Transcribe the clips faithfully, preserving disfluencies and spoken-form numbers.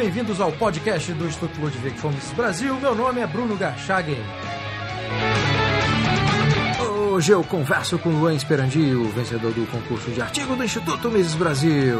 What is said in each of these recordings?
bem-vindos ao podcast do Instituto Ludwig Fomes Brasil. Meu nome é Bruno Garchagen. Hoje eu converso com Luan Esperandi, o vencedor do concurso de artigo do Instituto Mises Brasil.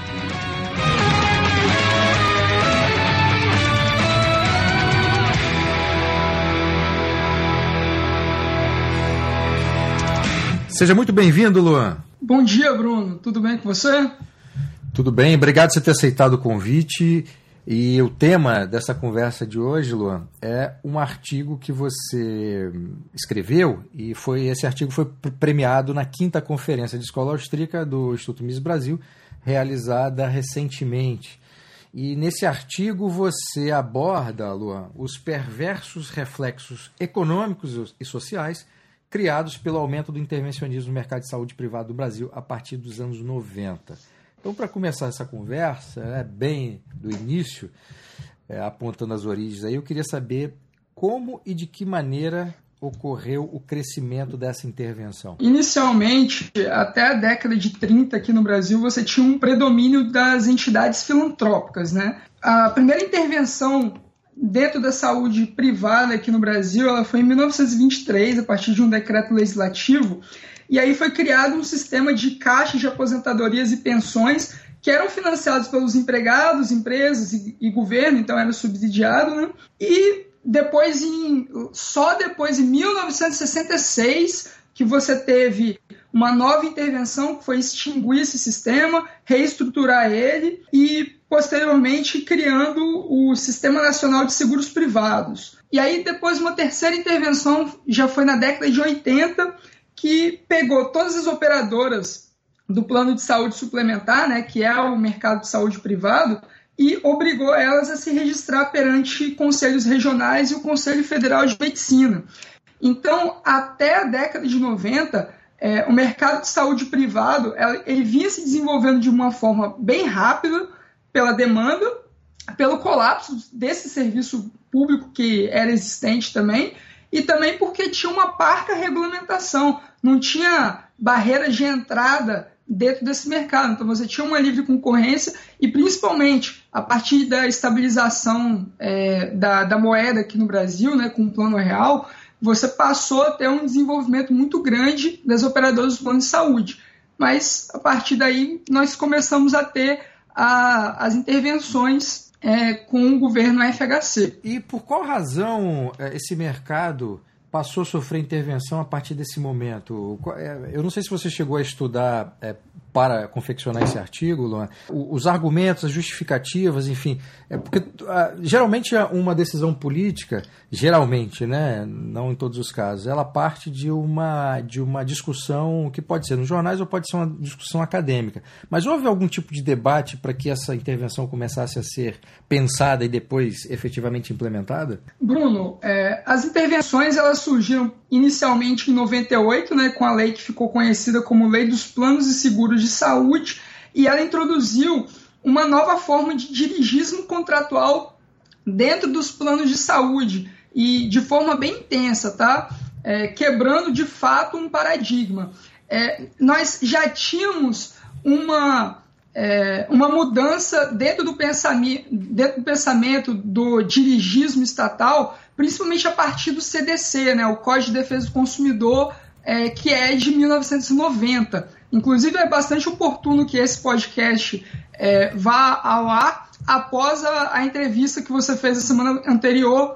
Seja muito bem-vindo, Luan. Bom dia, Bruno. Tudo bem com você? Tudo bem, obrigado por você ter aceitado o convite. E o tema dessa conversa de hoje, Luan, é um artigo que você escreveu e foi, esse artigo foi premiado na quinta Conferência de Escola Austríaca do Instituto Mises Brasil, realizada recentemente. E nesse artigo você aborda, Luan, os perversos reflexos econômicos e sociais criados pelo aumento do intervencionismo no mercado de saúde privado do Brasil a partir dos anos noventa. Então, para começar essa conversa, né, bem do início, é, apontando as origens, aí, eu queria saber como e de que maneira ocorreu o crescimento dessa intervenção. Inicialmente, até a década de trinta aqui no Brasil, você tinha um predomínio das entidades filantrópicas, né? A primeira intervenção dentro da saúde privada aqui no Brasil, ela foi em mil novecentos e vinte e três, a partir de um decreto legislativo, e aí foi criado um sistema de caixas de aposentadorias e pensões que eram financiados pelos empregados, empresas e, e governo, então era subsidiado, né? E depois, em, só depois, em mil novecentos e sessenta e seis, que você teve uma nova intervenção, que foi extinguir esse sistema, reestruturar ele e, posteriormente, criando o Sistema Nacional de Seguros Privados. E aí, depois, uma terceira intervenção, já foi na década de oitenta, que pegou todas as operadoras do plano de saúde suplementar, né, que é o mercado de saúde privado, e obrigou elas a se registrar perante conselhos regionais e o Conselho Federal de Medicina. Então, até a década de noventa, é, o mercado de saúde privado ela, ele vinha se desenvolvendo de uma forma bem rápida pela demanda, pelo colapso desse serviço público que era existente também, e também porque tinha uma parca regulamentação, não tinha barreira de entrada dentro desse mercado. Então você tinha uma livre concorrência e, principalmente, a partir da estabilização é, da, da moeda aqui no Brasil, né, com o Plano Real, você passou a ter um desenvolvimento muito grande das operadoras do plano de saúde. Mas, a partir daí, nós começamos a ter a, as intervenções É, com o governo F H C. E por qual razão esse mercado passou a sofrer intervenção a partir desse momento? Eu não sei se você chegou a estudar é, para confeccionar esse artigo, Luan, os argumentos, as justificativas, enfim, é porque geralmente uma decisão política, geralmente, né, não em todos os casos, ela parte de uma, de uma discussão que pode ser nos jornais ou pode ser uma discussão acadêmica. Mas houve algum tipo de debate para que essa intervenção começasse a ser pensada e depois efetivamente implementada? Bruno, é, as intervenções elas surgiram inicialmente em noventa e oito, né, com a lei que ficou conhecida como Lei dos Planos e Seguros de Saúde, e ela introduziu uma nova forma de dirigismo contratual dentro dos planos de saúde, e de forma bem intensa, tá? É, quebrando de fato um paradigma. É, nós já tínhamos uma, é, uma mudança dentro do, pensamento, dentro do pensamento do dirigismo estatal, principalmente a partir do C D C, né, o Código de Defesa do Consumidor, é, que é de mil novecentos e noventa. Inclusive, é bastante oportuno que esse podcast é, vá ao ar após a, a entrevista que você fez na semana anterior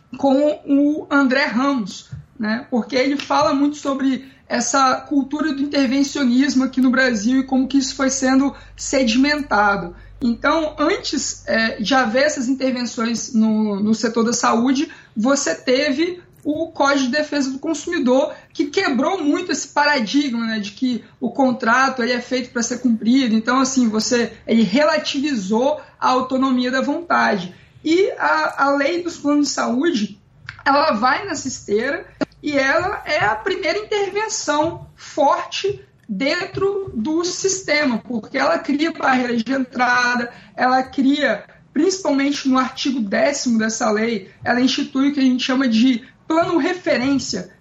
com o André Ramos, né, porque ele fala muito sobre essa cultura do intervencionismo aqui no Brasil e como que isso foi sendo sedimentado. Então, antes é, de haver essas intervenções no, no setor da saúde, você teve o Código de Defesa do Consumidor, que quebrou muito esse paradigma, né, de que o contrato ele é feito para ser cumprido. Então, assim, você, ele relativizou a autonomia da vontade. E a, a lei dos planos de saúde, ela vai nessa esteira e ela é a primeira intervenção forte dentro do sistema, porque ela cria barreiras de entrada, ela cria, principalmente no artigo décimo dessa lei, ela institui o que a gente chama de plano referência,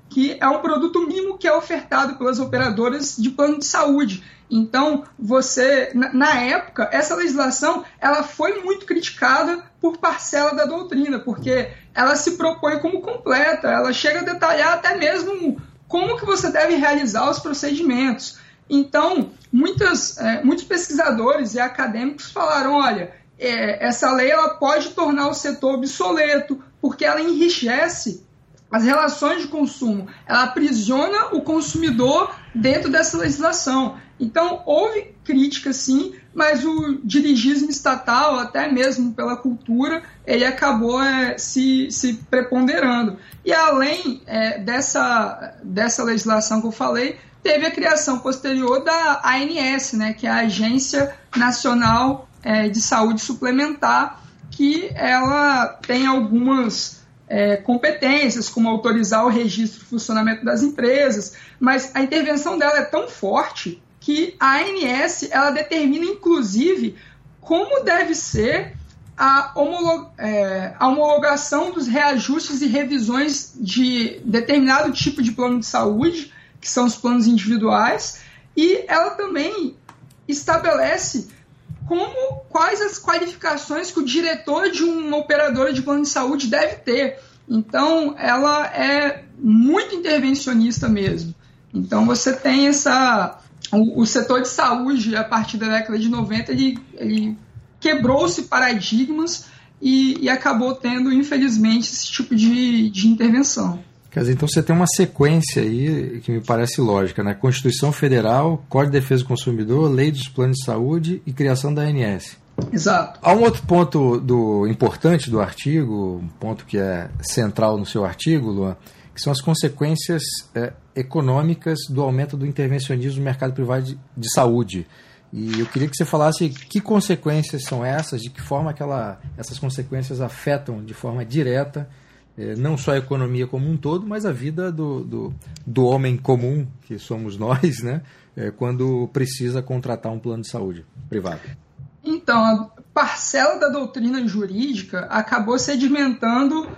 que é um produto mínimo que é ofertado pelas operadoras de plano de saúde. Então, você, na, na época, essa legislação ela foi muito criticada por parcela da doutrina, porque ela se propõe como completa, ela chega a detalhar até mesmo como que você deve realizar os procedimentos. Então, muitas, é, muitos pesquisadores e acadêmicos falaram, olha, é, essa lei ela pode tornar o setor obsoleto, porque ela enrijece as relações de consumo, ela aprisiona o consumidor dentro dessa legislação. Então, houve crítica, sim, mas o dirigismo estatal, até mesmo pela cultura, ele acabou é, se, se preponderando. E além é, dessa, dessa legislação que eu falei, teve a criação posterior da A N S, né, que é a Agência Nacional é, de Saúde Suplementar, que ela tem algumas É, competências, como autorizar o registro e funcionamento das empresas, mas a intervenção dela é tão forte que a A N S ela determina, inclusive, como deve ser a, homolog, é, a homologação dos reajustes e revisões de determinado tipo de plano de saúde, que são os planos individuais, e ela também estabelece como, quais as qualificações que o diretor de uma operadora de plano de saúde deve ter. Então, ela é muito intervencionista mesmo. Então, você tem essa... O, o setor de saúde, a partir da década de noventa, ele, ele quebrou-se paradigmas e, e acabou tendo, infelizmente, esse tipo de, de intervenção. Quer dizer, então você tem uma sequência aí que me parece lógica, né? Constituição Federal, Código de Defesa do Consumidor, Lei dos Planos de Saúde e criação da A N S. Exato. Há um outro ponto do, importante do artigo, um ponto que é central no seu artigo, Luan, que são as consequências é, econômicas do aumento do intervencionismo no mercado privado de, de saúde. E eu queria que você falasse que consequências são essas, de que forma que ela, essas consequências afetam de forma direta não só a economia como um todo, mas a vida do, do, do homem comum, que somos nós, né, é, quando precisa contratar um plano de saúde privado. Então, a parcela da doutrina jurídica acabou sedimentando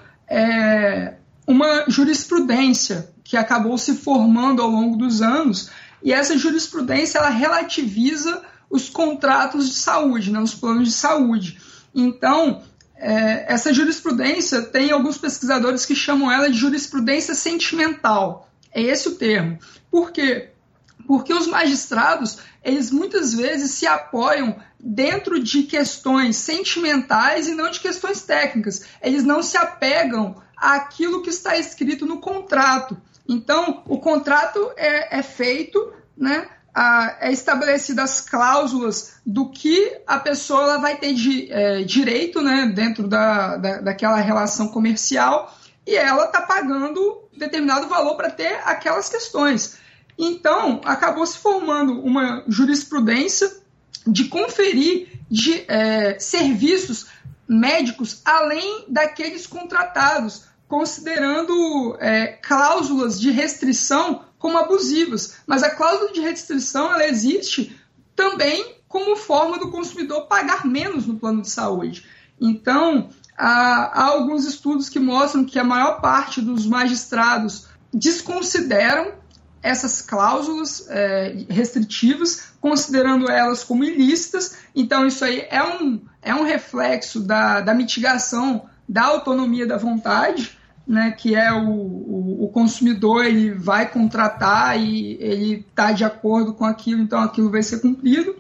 é, uma jurisprudência que acabou se formando ao longo dos anos, e essa jurisprudência ela relativiza os contratos de saúde, né, os planos de saúde. Então, É, essa jurisprudência tem alguns pesquisadores que chamam ela de jurisprudência sentimental. É esse o termo. Por quê? Porque os magistrados, eles muitas vezes se apoiam dentro de questões sentimentais e não de questões técnicas. Eles não se apegam àquilo que está escrito no contrato. Então, o contrato é, é feito, né? A, é estabelecidas as cláusulas do que a pessoa ela vai ter de, é, direito, né, dentro da, da, daquela relação comercial, e ela está pagando determinado valor para ter aquelas questões. Então, acabou se formando uma jurisprudência de conferir de, é, serviços médicos além daqueles contratados, considerando é, cláusulas de restrição como abusivas, mas a cláusula de restrição ela existe também como forma do consumidor pagar menos no plano de saúde. Então, há, há alguns estudos que mostram que a maior parte dos magistrados desconsideram essas cláusulas é, restritivas, considerando elas como ilícitas. Então, isso aí é um, é um reflexo da, da mitigação da autonomia da vontade, né, que é o, o, o consumidor, ele vai contratar e ele está de acordo com aquilo, então aquilo vai ser cumprido.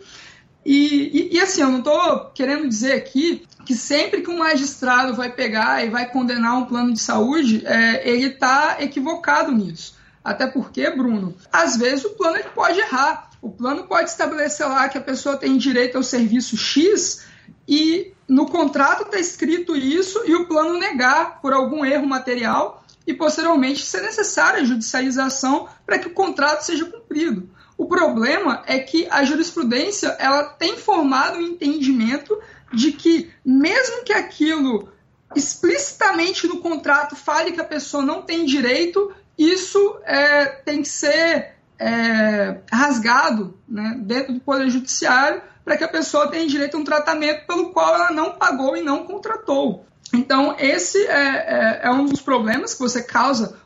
E, e, e assim, eu não estou querendo dizer aqui que sempre que um magistrado vai pegar e vai condenar um plano de saúde, é, ele está equivocado nisso. Até porque, Bruno, às vezes o plano ele pode errar. O plano pode estabelecer lá que a pessoa tem direito ao serviço X e no contrato está escrito isso e o plano negar por algum erro material e posteriormente ser necessária a judicialização para que o contrato seja cumprido. O problema é que a jurisprudência ela tem formado um entendimento de que mesmo que aquilo explicitamente no contrato fale que a pessoa não tem direito, isso é, tem que ser é, rasgado, né, dentro do Poder Judiciário para que a pessoa tenha direito a um tratamento pelo qual ela não pagou e não contratou. Então, esse é, é, é um dos problemas que você causa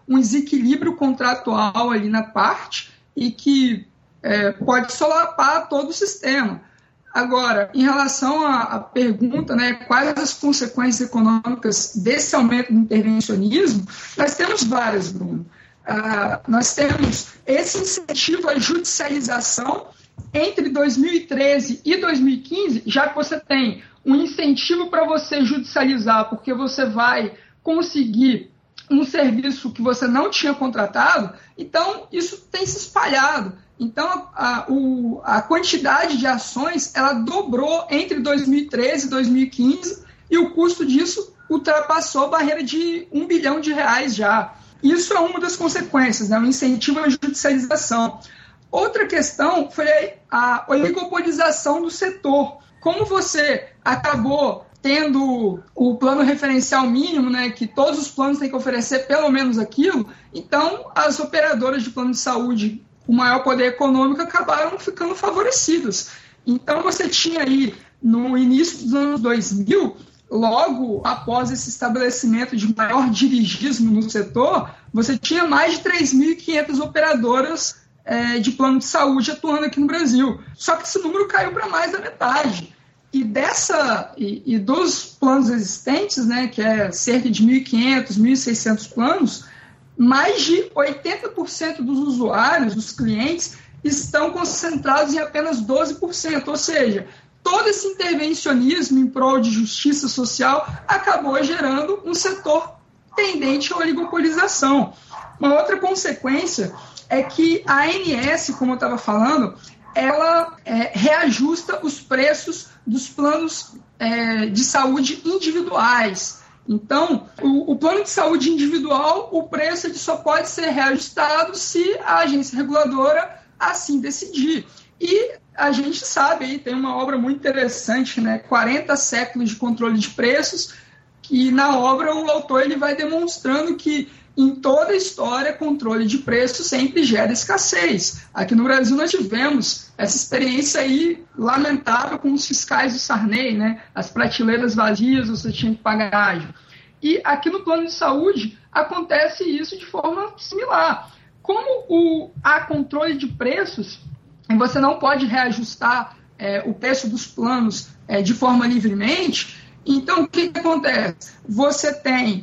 um desequilíbrio contratual ali na parte e que é, pode solapar todo o sistema. Agora, em relação à, à pergunta, né, quais as consequências econômicas desse aumento do intervencionismo, nós temos várias, Bruno. Ah, nós temos esse incentivo à judicialização entre dois mil e treze e dois mil e quinze, já que você tem um incentivo para você judicializar, porque você vai conseguir um serviço que você não tinha contratado, então isso tem se espalhado. Então, a, o, a quantidade de ações ela dobrou entre dois mil e treze e dois mil e quinze e o custo disso ultrapassou a barreira de um bilhão de reais já. Isso é uma das consequências, né? O incentivo à judicialização. Outra questão foi a oligopolização do setor. Como você acabou tendo o plano referencial mínimo, né, que todos os planos têm que oferecer pelo menos aquilo, então as operadoras de plano de saúde com maior poder econômico acabaram ficando favorecidas. Então você tinha aí, no início dos anos dois mil, logo após esse estabelecimento de maior dirigismo no setor, você tinha mais de três mil e quinhentas operadoras é, de plano de saúde atuando aqui no Brasil. Só que esse número caiu para mais da metade. E, dessa, e, e dos planos existentes, né, que é cerca de mil e quinhentos, mil e seiscentos planos, mais de oitenta por cento dos usuários, dos clientes, estão concentrados em apenas doze por cento. Ou seja, todo esse intervencionismo em prol de justiça social acabou gerando um setor tendente à oligopolização. Uma outra consequência é que a ANS, como eu estava falando, ela é, reajusta os preços dos planos é, de saúde individuais. Então, o, o plano de saúde individual, o preço ele só pode ser reajustado se a agência reguladora assim decidir. E a gente sabe, aí, tem uma obra muito interessante, né, quarenta séculos de controle de preços, que na obra o autor ele vai demonstrando que em toda a história, controle de preço sempre gera escassez. Aqui no Brasil nós tivemos essa experiência aí lamentável com os fiscais do Sarney, né? As prateleiras vazias, você tinha que pagar ágio. E aqui no plano de saúde acontece isso de forma similar. Como o, há controle de preços, e você não pode reajustar é, o preço dos planos é, de forma livremente, então o que, que acontece? Você tem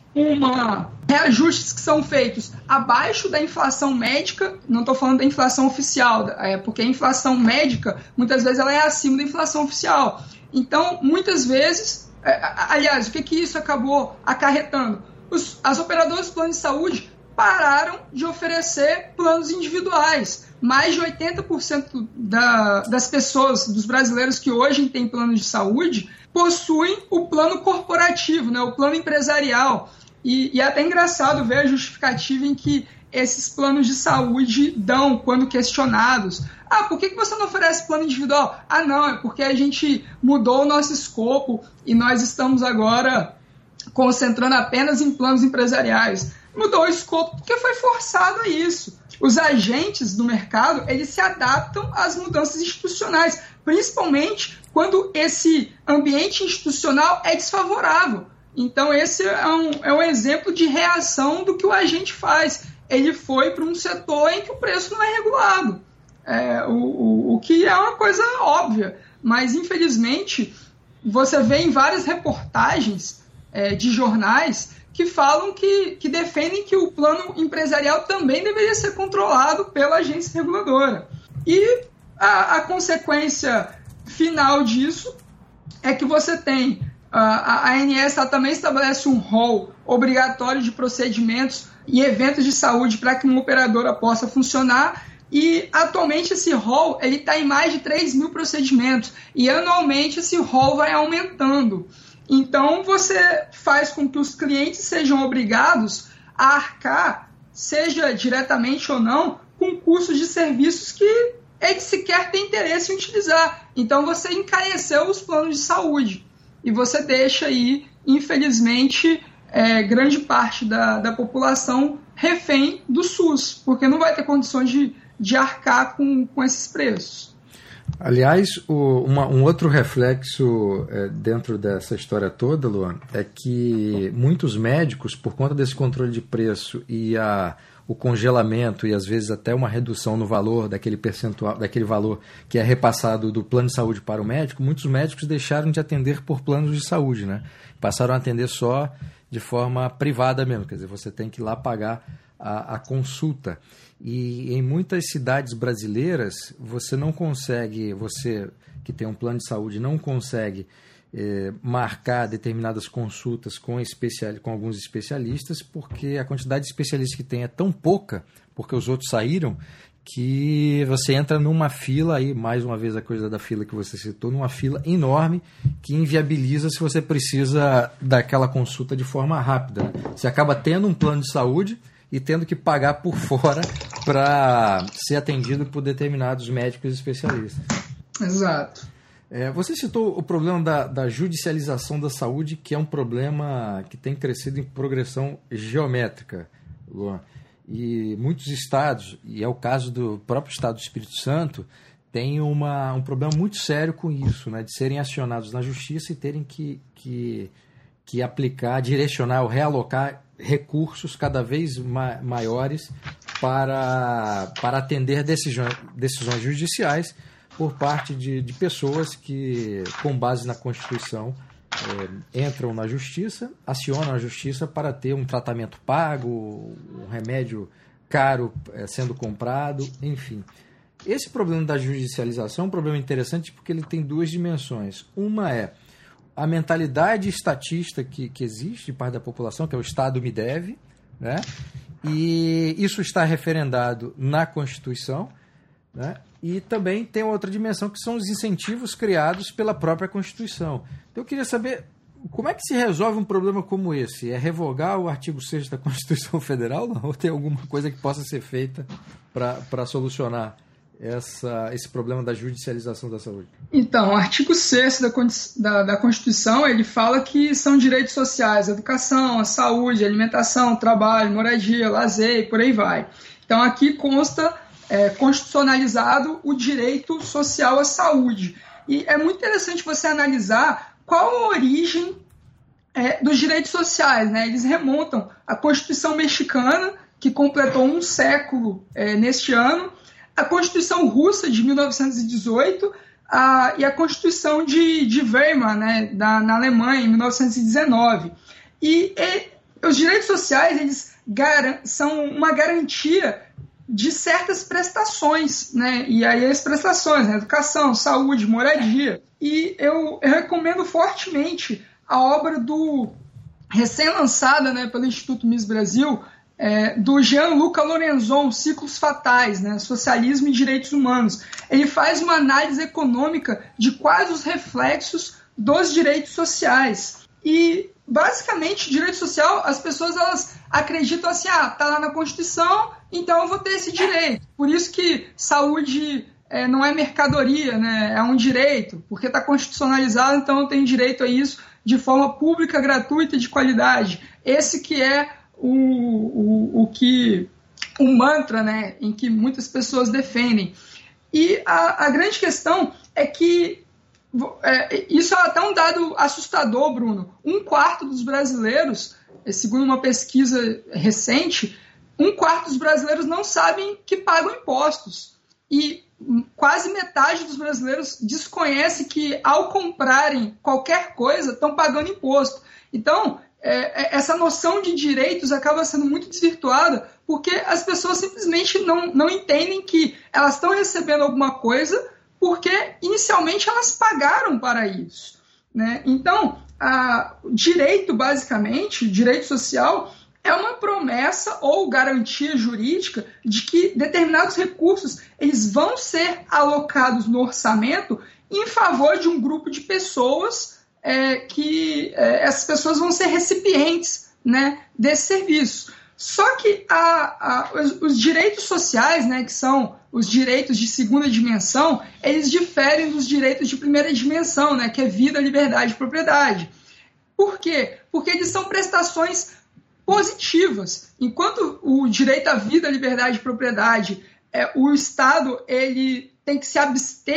uma reajustes que são feitos abaixo da inflação médica, não estou falando da inflação oficial, é, porque a inflação médica, muitas vezes, ela é acima da inflação oficial. Então, muitas vezes, é, aliás, o que, que isso acabou acarretando? Os, as operadoras de plano de saúde pararam de oferecer planos individuais. Mais de oitenta por cento da, das pessoas, dos brasileiros que hoje têm plano de saúde, possuem o plano corporativo, né, o plano empresarial. E, e é até engraçado ver a justificativa em que esses planos de saúde dão quando questionados. Ah, por que você não oferece plano individual? Ah, não, é porque a gente mudou o nosso escopo e nós estamos agora concentrando apenas em planos empresariais. Mudou o escopo porque foi forçado a isso. Os agentes do mercado, eles se adaptam às mudanças institucionais, principalmente quando esse ambiente institucional é desfavorável. Então, esse é um, é um exemplo de reação do que o agente faz. Ele foi para um setor em que o preço não é regulado, é, o, o, o que é uma coisa óbvia. Mas, infelizmente, você vê em várias reportagens é, de jornais que falam que, que defendem que o plano empresarial também deveria ser controlado pela agência reguladora. E a, a consequência final disso é que você tem... A ANS também estabelece um rol obrigatório de procedimentos e eventos de saúde para que uma operadora possa funcionar e atualmente esse rol está em mais de três mil procedimentos e anualmente esse rol vai aumentando. Então você faz com que os clientes sejam obrigados a arcar, seja diretamente ou não, com custos de serviços que eles sequer têm interesse em utilizar. Então você encareceu os planos de saúde. E você deixa aí, infelizmente, é, grande parte da, da população refém do SUS, porque não vai ter condições de, de arcar com, com esses preços. Aliás, o, uma, um outro reflexo é, dentro dessa história toda, Luan, é que muitos médicos, por conta desse controle de preço e a, o congelamento e às vezes até uma redução no valor daquele percentual, daquele valor que é repassado do plano de saúde para o médico, muitos médicos deixaram de atender por planos de saúde, né? Passaram a atender só de forma privada mesmo, quer dizer, você tem que ir lá pagar a, a consulta. E em muitas cidades brasileiras você não consegue, você que tem um plano de saúde não consegue eh, marcar determinadas consultas com, especial, com alguns especialistas, porque a quantidade de especialistas que tem é tão pouca, porque os outros saíram, que você entra numa fila, aí mais uma vez a coisa da fila que você citou, numa fila enorme que inviabiliza se você precisa daquela consulta de forma rápida, né? Você acaba tendo um plano de saúde e tendo que pagar por fora para ser atendido por determinados médicos especialistas. Exato. É, você citou o problema da, da judicialização da saúde, que é um problema que tem crescido em progressão geométrica, Luan. E muitos estados, e é o caso do próprio estado do Espírito Santo, tem uma, um problema muito sério com isso, né, de serem acionados na justiça e terem que, que, que aplicar, direcionar ou realocar recursos cada vez ma- maiores para, para atender decisões, decisões judiciais por parte de, de pessoas que, com base na Constituição, é, entram na justiça, acionam a justiça para ter um tratamento pago, um remédio caro é, sendo comprado, enfim. Esse problema da judicialização é um problema interessante porque ele tem duas dimensões. Uma é a mentalidade estatista que, que existe de parte da população, que é o Estado me deve, né? E isso está referendado na Constituição, né? E também tem outra dimensão que são os incentivos criados pela própria Constituição. Então eu queria saber como é que se resolve um problema como esse? É revogar o artigo sexto da Constituição Federal ou tem alguma coisa que possa ser feita para solucionar Essa, esse problema da judicialização da saúde? Então, o artigo sexto da, da, da Constituição, ele fala que são direitos sociais, a educação, a saúde, a alimentação, trabalho, moradia, lazer e por aí vai. Então, aqui consta é, constitucionalizado o direito social à saúde. E é muito interessante você analisar qual a origem é, dos direitos sociais, né? Eles remontam à Constituição mexicana, que completou um século é, neste ano, a Constituição Russa de mil novecentos e dezoito a, e a Constituição de, de Weimar, né, da, na Alemanha, em mil novecentos e dezenove. E, e os direitos sociais eles garan- são uma garantia de certas prestações, né, e aí as prestações, né, educação, saúde, moradia. E eu, eu recomendo fortemente a obra do recém-lançada, né, pelo Instituto Miss Brasil, É, do Jean-Luc Lorenzon, Ciclos Fatais, né, Socialismo e Direitos Humanos. Ele faz uma análise econômica de quais os reflexos dos direitos sociais. E, basicamente, direito social, as pessoas elas acreditam assim, ah, tá lá na Constituição, então eu vou ter esse direito. Por isso que saúde é, não é mercadoria, né, é um direito, porque está constitucionalizado, então eu tenho direito a isso de forma pública, gratuita e de qualidade. Esse que é O, o, o que o mantra, né, em que muitas pessoas defendem. E a, a grande questão é que é, isso é até um dado assustador, Bruno. Um quarto dos brasileiros, segundo uma pesquisa recente, um quarto dos brasileiros não sabem que pagam impostos. E quase metade dos brasileiros desconhece que, ao comprarem qualquer coisa, estão pagando imposto. Então, É, essa noção de direitos acaba sendo muito desvirtuada porque as pessoas simplesmente não, não entendem que elas estão recebendo alguma coisa porque inicialmente elas pagaram para isso, né? Então, a, o direito, basicamente, o direito social é uma promessa ou garantia jurídica de que determinados recursos eles vão ser alocados no orçamento em favor de um grupo de pessoas É, que é, essas pessoas vão ser recipientes, né, desse serviço. Só que a, a, os, os direitos sociais, né, que são os direitos de segunda dimensão, eles diferem dos direitos de primeira dimensão, né, que é vida, liberdade e propriedade. Por quê? Porque eles são prestações positivas. Enquanto o direito à vida, liberdade e propriedade, é, o Estado ele tem que se abster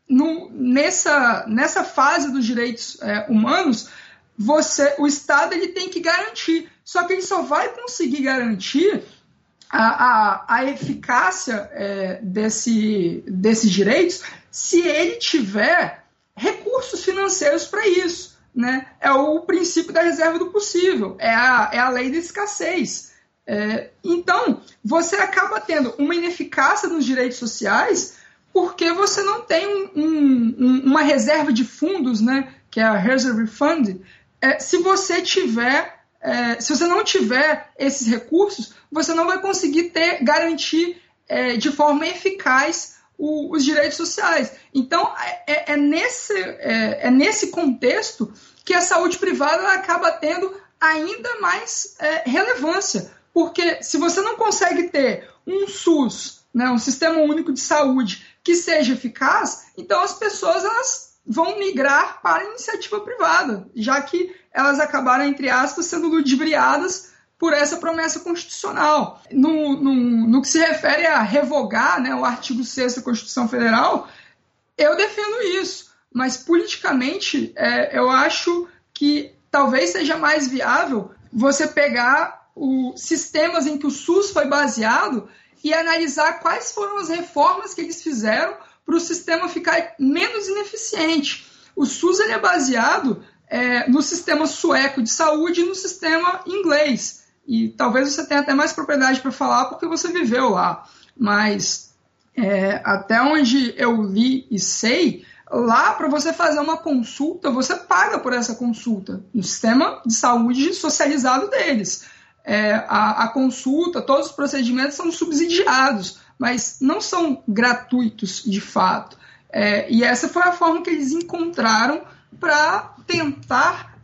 no, nessa, nessa fase dos direitos é, humanos, você, o Estado ele tem que garantir. Só que ele só vai conseguir garantir a, a, a eficácia é, desse, desses direitos se ele tiver recursos financeiros para isso. Né? É o princípio da reserva do possível, é a, é a lei da escassez. É, então, você acaba tendo uma ineficácia nos direitos sociais porque você não tem um, um, uma reserva de fundos, né, que é a Reserve Fund. É, se você tiver, é, se você não tiver esses recursos, você não vai conseguir ter, garantir é, de forma eficaz o, os direitos sociais. Então, é, é, nesse, é, é nesse contexto que a saúde privada acaba tendo ainda mais é, relevância. Porque se você não consegue ter um SUS, né, um Sistema Único de Saúde, que seja eficaz, então as pessoas elas vão migrar para a iniciativa privada, já que elas acabaram, entre aspas, sendo ludibriadas por essa promessa constitucional. No, no, no que se refere a revogar, né, o artigo sexto da Constituição Federal, eu defendo isso, mas politicamente é, eu acho que talvez seja mais viável você pegar os sistemas em que o SUS foi baseado e analisar quais foram as reformas que eles fizeram para o sistema ficar menos ineficiente. O SUS ele é baseado é, no sistema sueco de saúde e no sistema inglês. E talvez você tenha até mais propriedade para falar porque você viveu lá. Mas é, até onde eu li e sei, lá para você fazer uma consulta, você paga por essa consulta no sistema de saúde socializado deles. É, a, a consulta, todos os procedimentos são subsidiados, mas não são gratuitos de fato. É, e essa foi a forma que eles encontraram para tentar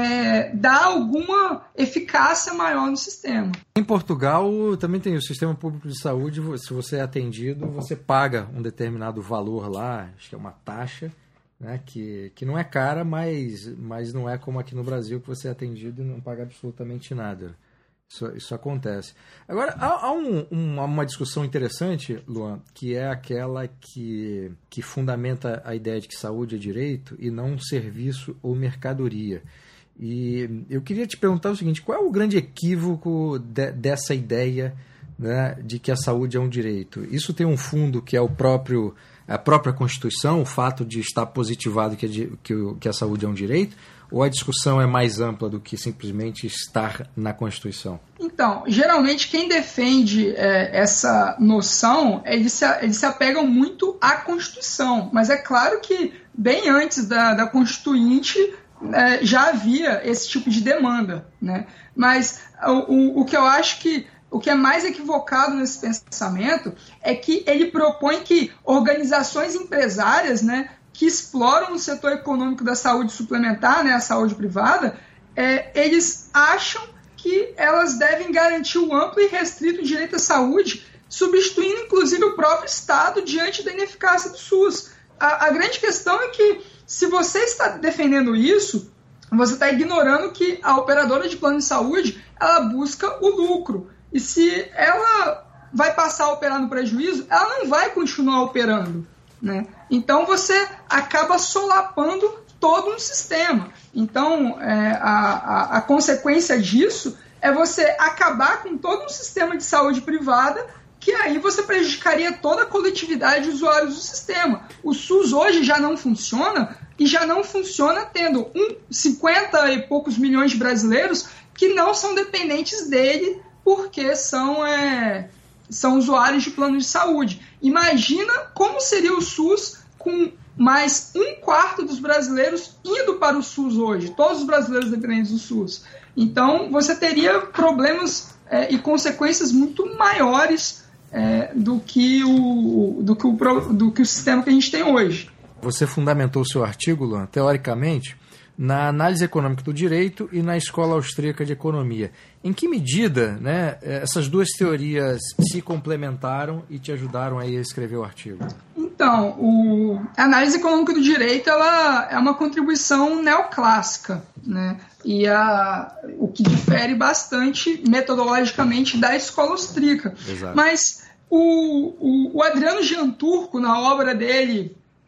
é, dar alguma eficácia maior no sistema. Em Portugal também tem o sistema público de saúde, se você é atendido, você paga um determinado valor lá, acho que é uma taxa, né, que, que não é cara, mas, mas não é como aqui no Brasil, que você é atendido e não paga absolutamente nada. Isso, isso acontece. Agora, há, há um, um, uma discussão interessante, Luan, que é aquela que, que fundamenta a ideia de que saúde é direito e não um serviço ou mercadoria. E eu queria te perguntar o seguinte, qual é o grande equívoco de, dessa ideia, né, de que a saúde é um direito? Isso tem um fundo que é o próprio, a própria Constituição, o fato de estar positivado que a, que, que a saúde é um direito? Ou a discussão é mais ampla do que simplesmente estar na Constituição? Então, geralmente quem defende é, essa noção, eles se, eles se apegam muito à Constituição. Mas é claro que bem antes da, da Constituinte é, já havia esse tipo de demanda. Né? Mas o, o, o que eu acho que o que é mais equivocado nesse pensamento é que ele propõe que organizações empresárias, né, que exploram o setor econômico da saúde suplementar, né, a saúde privada, é, eles acham que elas devem garantir o amplo e restrito direito à saúde, substituindo inclusive o próprio Estado diante da ineficácia do SUS. A, a grande questão é que, se você está defendendo isso, você está ignorando que a operadora de plano de saúde ela busca o lucro. E se ela vai passar a operar no prejuízo, ela não vai continuar operando. Né? Então você acaba solapando todo um sistema. Então é, a, a, a consequência disso é você acabar com todo um sistema de saúde privada, que aí você prejudicaria toda a coletividade de usuários do sistema. O SUS hoje já não funciona, e já não funciona tendo um, cinquenta e poucos milhões de brasileiros que não são dependentes dele porque são... É, são usuários de plano de saúde. Imagina como seria o SUS com mais um quarto dos brasileiros indo para o SUS hoje, todos os brasileiros dependentes do SUS. Então, você teria problemas é, e consequências muito maiores é, do, que o, do, que o, do que o sistema que a gente tem hoje. Você fundamentou o seu artigo, Luan, teoricamente, na análise econômica do direito e na Escola Austríaca de Economia. Em que medida, né, essas duas teorias se complementaram e te ajudaram aí a escrever o artigo? Então, o, a análise econômica do direito ela é uma contribuição neoclássica, né, e a, o que difere bastante metodologicamente da Escola Austríaca. Exato. Mas o, o, o Adriano Gianturco, na obra dele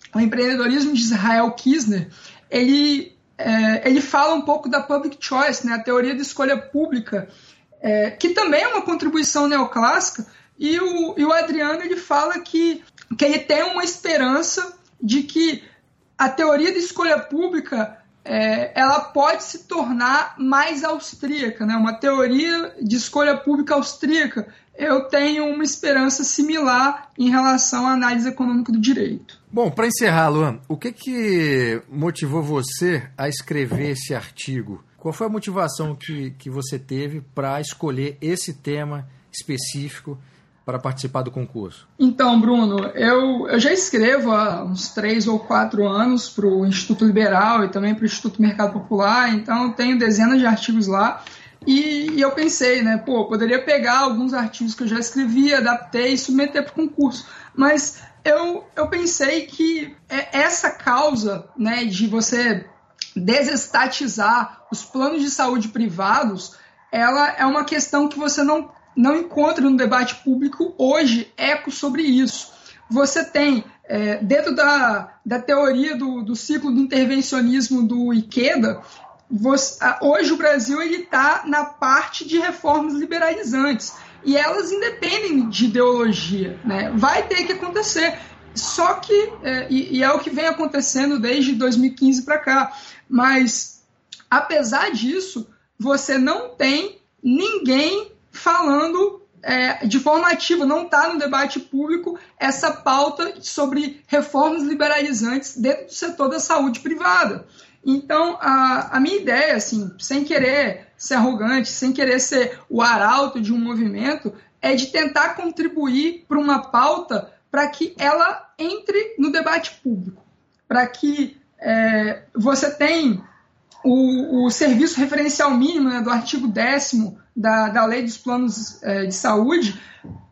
o empreendedorismo de Israel Kirzner, ele, é, ele fala um pouco da public choice, né, a teoria da escolha pública, é, que também é uma contribuição neoclássica, e o, e o Adriano ele fala que, que ele tem uma esperança de que a teoria da escolha pública é, ela pode se tornar mais austríaca, né? Uma teoria de escolha pública austríaca. Eu tenho uma esperança similar em relação à análise econômica do direito. Bom, para encerrar, Luan, o que, que motivou você a escrever esse artigo? Qual foi a motivação que, que você teve para escolher esse tema específico para participar do concurso? Então, Bruno, eu, eu já escrevo há uns três ou quatro anos para o Instituto Liberal e também para o Instituto Mercado Popular, então eu tenho dezenas de artigos lá. E, e eu pensei, né, pô, poderia pegar alguns artigos que eu já escrevi, adaptei e submeter para o concurso. Mas eu, eu pensei que essa causa, né, de você desestatizar os planos de saúde privados, ela é uma questão que você não, não encontra no debate público hoje eco sobre isso. Você tem, é, dentro da, da teoria do, do ciclo do intervencionismo do Ikeda, Você, hoje o Brasil está na parte de reformas liberalizantes e elas independem de ideologia, né? Vai ter que acontecer, só que, é, e, e é o que vem acontecendo desde dois mil e quinze para cá, mas apesar disso, você não tem ninguém falando é, de forma ativa, não está no debate público essa pauta sobre reformas liberalizantes dentro do setor da saúde privada. Então, a, a minha ideia, assim, sem querer ser arrogante, sem querer ser o arauto de um movimento, é de tentar contribuir para uma pauta para que ela entre no debate público, para que é, você tenha o, o serviço referencial mínimo, né, do artigo décimo da, da Lei dos Planos é, de Saúde,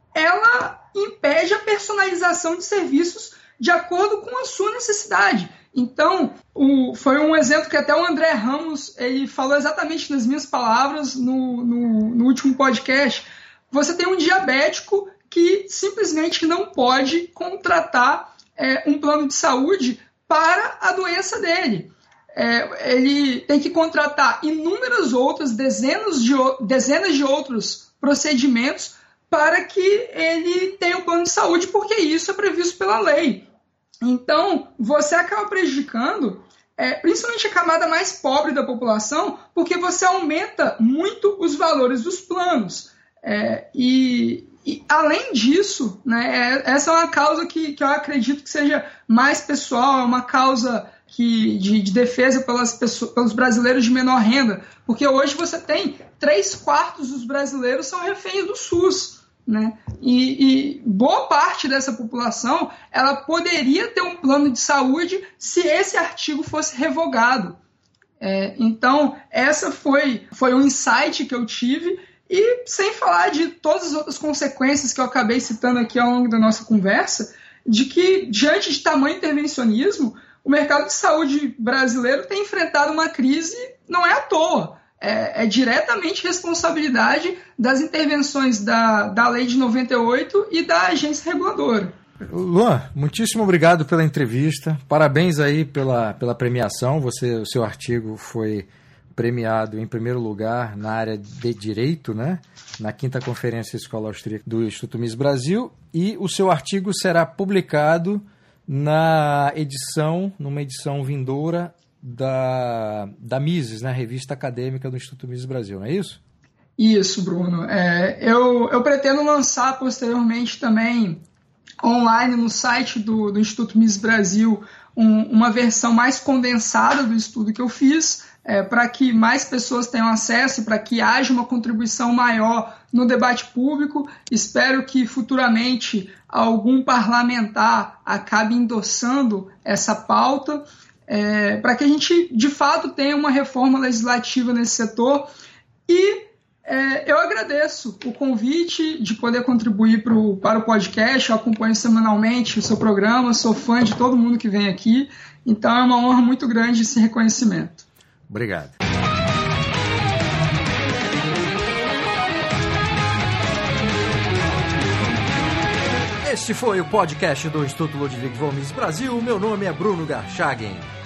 ela impede a personalização de serviços de acordo com a sua necessidade. Então, o, foi um exemplo que até o André Ramos ele falou exatamente nas minhas palavras no, no, no último podcast. Você tem um diabético que simplesmente não pode contratar é, um plano de saúde para a doença dele. É, ele tem que contratar inúmeras outras, dezenas de, dezenas de outros procedimentos para que ele tenha um plano de saúde, porque isso é previsto pela lei. Então, você acaba prejudicando, é, principalmente a camada mais pobre da população, porque você aumenta muito os valores dos planos. É, e, e, além disso, né, é, essa é uma causa que, que eu acredito que seja mais pessoal, é uma causa que, de, de defesa pelas pessoas, pelos brasileiros de menor renda, porque hoje você tem três quartos dos brasileiros são reféns do SUS. Né? E, e boa parte dessa população ela poderia ter um plano de saúde se esse artigo fosse revogado. É, então, essa foi, foi um insight que eu tive, e sem falar de todas as outras consequências que eu acabei citando aqui ao longo da nossa conversa, de que, diante de tamanho intervencionismo, o mercado de saúde brasileiro tem enfrentado uma crise, não é à toa. É, é diretamente responsabilidade das intervenções da, da Lei de noventa e oito e da agência reguladora. Luan, muitíssimo obrigado pela entrevista. Parabéns aí pela, pela premiação. Você, o seu artigo foi premiado em primeiro lugar na área de Direito, né? Na quinta Conferência Escola Austríaca do Instituto Mises Brasil, e o seu artigo será publicado na edição, numa edição vindoura da, da Mises, né? Revista Acadêmica do Instituto Mises Brasil, não é isso? Isso, Bruno. É, eu, eu pretendo lançar posteriormente também online no site do, do Instituto Mises Brasil um, uma versão mais condensada do estudo que eu fiz, é, para que mais pessoas tenham acesso, para que haja uma contribuição maior no debate público. Espero que futuramente algum parlamentar acabe endossando essa pauta, É, para que a gente, de fato, tenha uma reforma legislativa nesse setor. E é, eu agradeço o convite de poder contribuir pro, para o podcast. Eu acompanho semanalmente o seu programa, sou fã de todo mundo que vem aqui, então é uma honra muito grande esse reconhecimento. Obrigado. Este foi o podcast do Instituto Ludwig von Mises Brasil. Meu nome é Bruno Garchagen.